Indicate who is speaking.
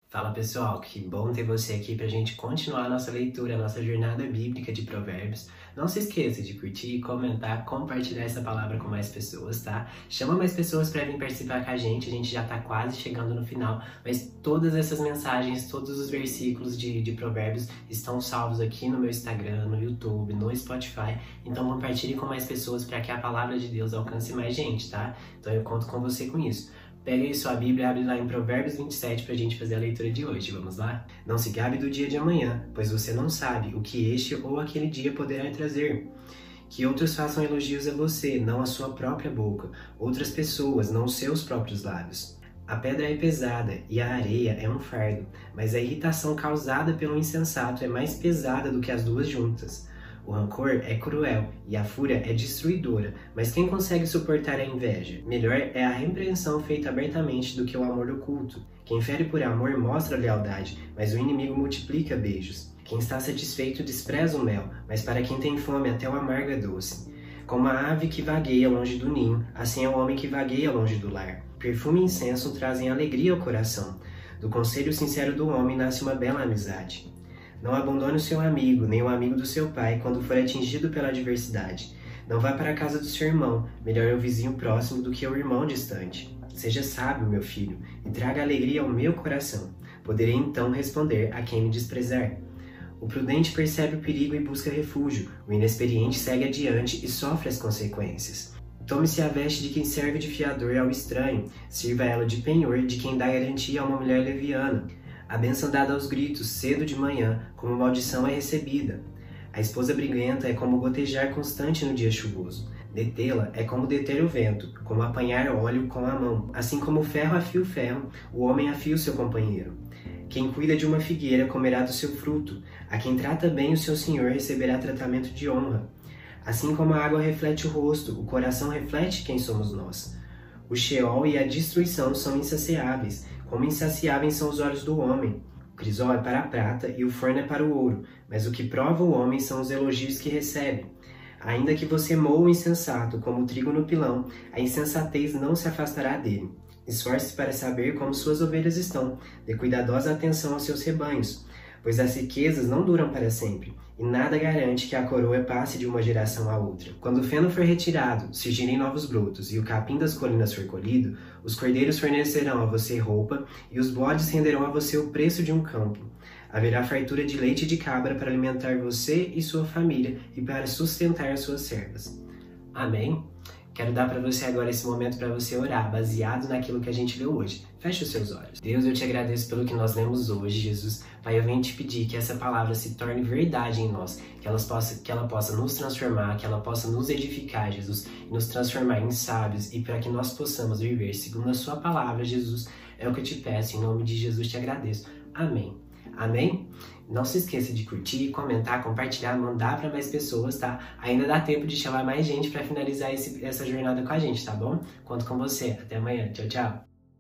Speaker 1: Fala pessoal, que bom ter você aqui para a gente continuar a nossa leitura, a nossa jornada bíblica de Provérbios. Não se esqueça de curtir, comentar, compartilhar essa palavra com mais pessoas, tá? Chama mais pessoas para vir participar com a gente já tá quase chegando no final, mas todas essas mensagens, todos os versículos de Provérbios estão salvos aqui no meu Instagram, no YouTube, no Spotify, então compartilhe com mais pessoas para que a palavra de Deus alcance mais gente, tá? Então eu conto com você com isso. Pega aí sua Bíblia e abre lá em Provérbios 27 para a gente fazer a leitura de hoje. Vamos lá? Não se gabe do dia de amanhã, pois você não sabe o que este ou aquele dia poderá trazer. Que outros façam elogios a você, não a sua própria boca. Outras pessoas, não os seus próprios lábios. A pedra é pesada e a areia é um fardo, mas a irritação causada pelo insensato é mais pesada do que as duas juntas. O rancor é cruel e a fúria é destruidora, mas quem consegue suportar a inveja? Melhor é a repreensão feita abertamente do que o amor oculto. Quem fere por amor mostra lealdade, mas o inimigo multiplica beijos. Quem está satisfeito despreza o mel, mas para quem tem fome até o amargo é doce. Como a ave que vagueia longe do ninho, assim é o homem que vagueia longe do lar. Perfume e incenso trazem alegria ao coração. Do conselho sincero do homem nasce uma bela amizade. Não abandone o seu amigo, nem o amigo do seu pai, quando for atingido pela adversidade. Não vá para a casa do seu irmão, melhor é o vizinho próximo do que o irmão distante. Seja sábio, meu filho, e traga alegria ao meu coração. Poderei então responder a quem me desprezar. O prudente percebe o perigo e busca refúgio, o inexperiente segue adiante e sofre as consequências. Tome-se a veste de quem serve de fiador ao estranho, sirva ela de penhor de quem dá garantia a uma mulher leviana. A bênção dada aos gritos, cedo de manhã, como maldição é recebida. A esposa briguenta é como gotejar constante no dia chuvoso. Detê-la é como deter o vento, como apanhar óleo com a mão. Assim como o ferro afia o ferro, o homem afia o seu companheiro. Quem cuida de uma figueira comerá do seu fruto. A quem trata bem o seu senhor receberá tratamento de honra. Assim como a água reflete o rosto, o coração reflete quem somos nós. O Sheol e a destruição são insaciáveis, como insaciáveis são os olhos do homem. O crisol é para a prata e o forno é para o ouro, mas o que prova o homem são os elogios que recebe. Ainda que você moa o insensato como o trigo no pilão, a insensatez não se afastará dele. Esforce-se para saber como suas ovelhas estão, dê cuidadosa atenção aos seus rebanhos, pois as riquezas não duram para sempre, e nada garante que a coroa passe de uma geração a outra. Quando o feno for retirado, surgirem novos brotos, e o capim das colinas for colhido, os cordeiros fornecerão a você roupa, e os bodes renderão a você o preço de um campo. Haverá fartura de leite de cabra para alimentar você e sua família, e para sustentar as suas servas. Amém? Quero dar para você agora esse momento para você orar, baseado naquilo que a gente leu hoje. Feche os seus olhos. Deus, eu te agradeço pelo que nós lemos hoje, Jesus. Pai, eu venho te pedir que essa palavra se torne verdade em nós, que ela possa nos transformar, que ela possa nos edificar, Jesus, e nos transformar em sábios, e para que nós possamos viver segundo a sua palavra, Jesus. É o que eu te peço, em nome de Jesus te agradeço. Amém. Amém? Não se esqueça de curtir, comentar, compartilhar, mandar para mais pessoas, tá? Ainda dá tempo de chamar mais gente para finalizar essa jornada com a gente, tá bom? Conto com você. Até amanhã. Tchau, tchau.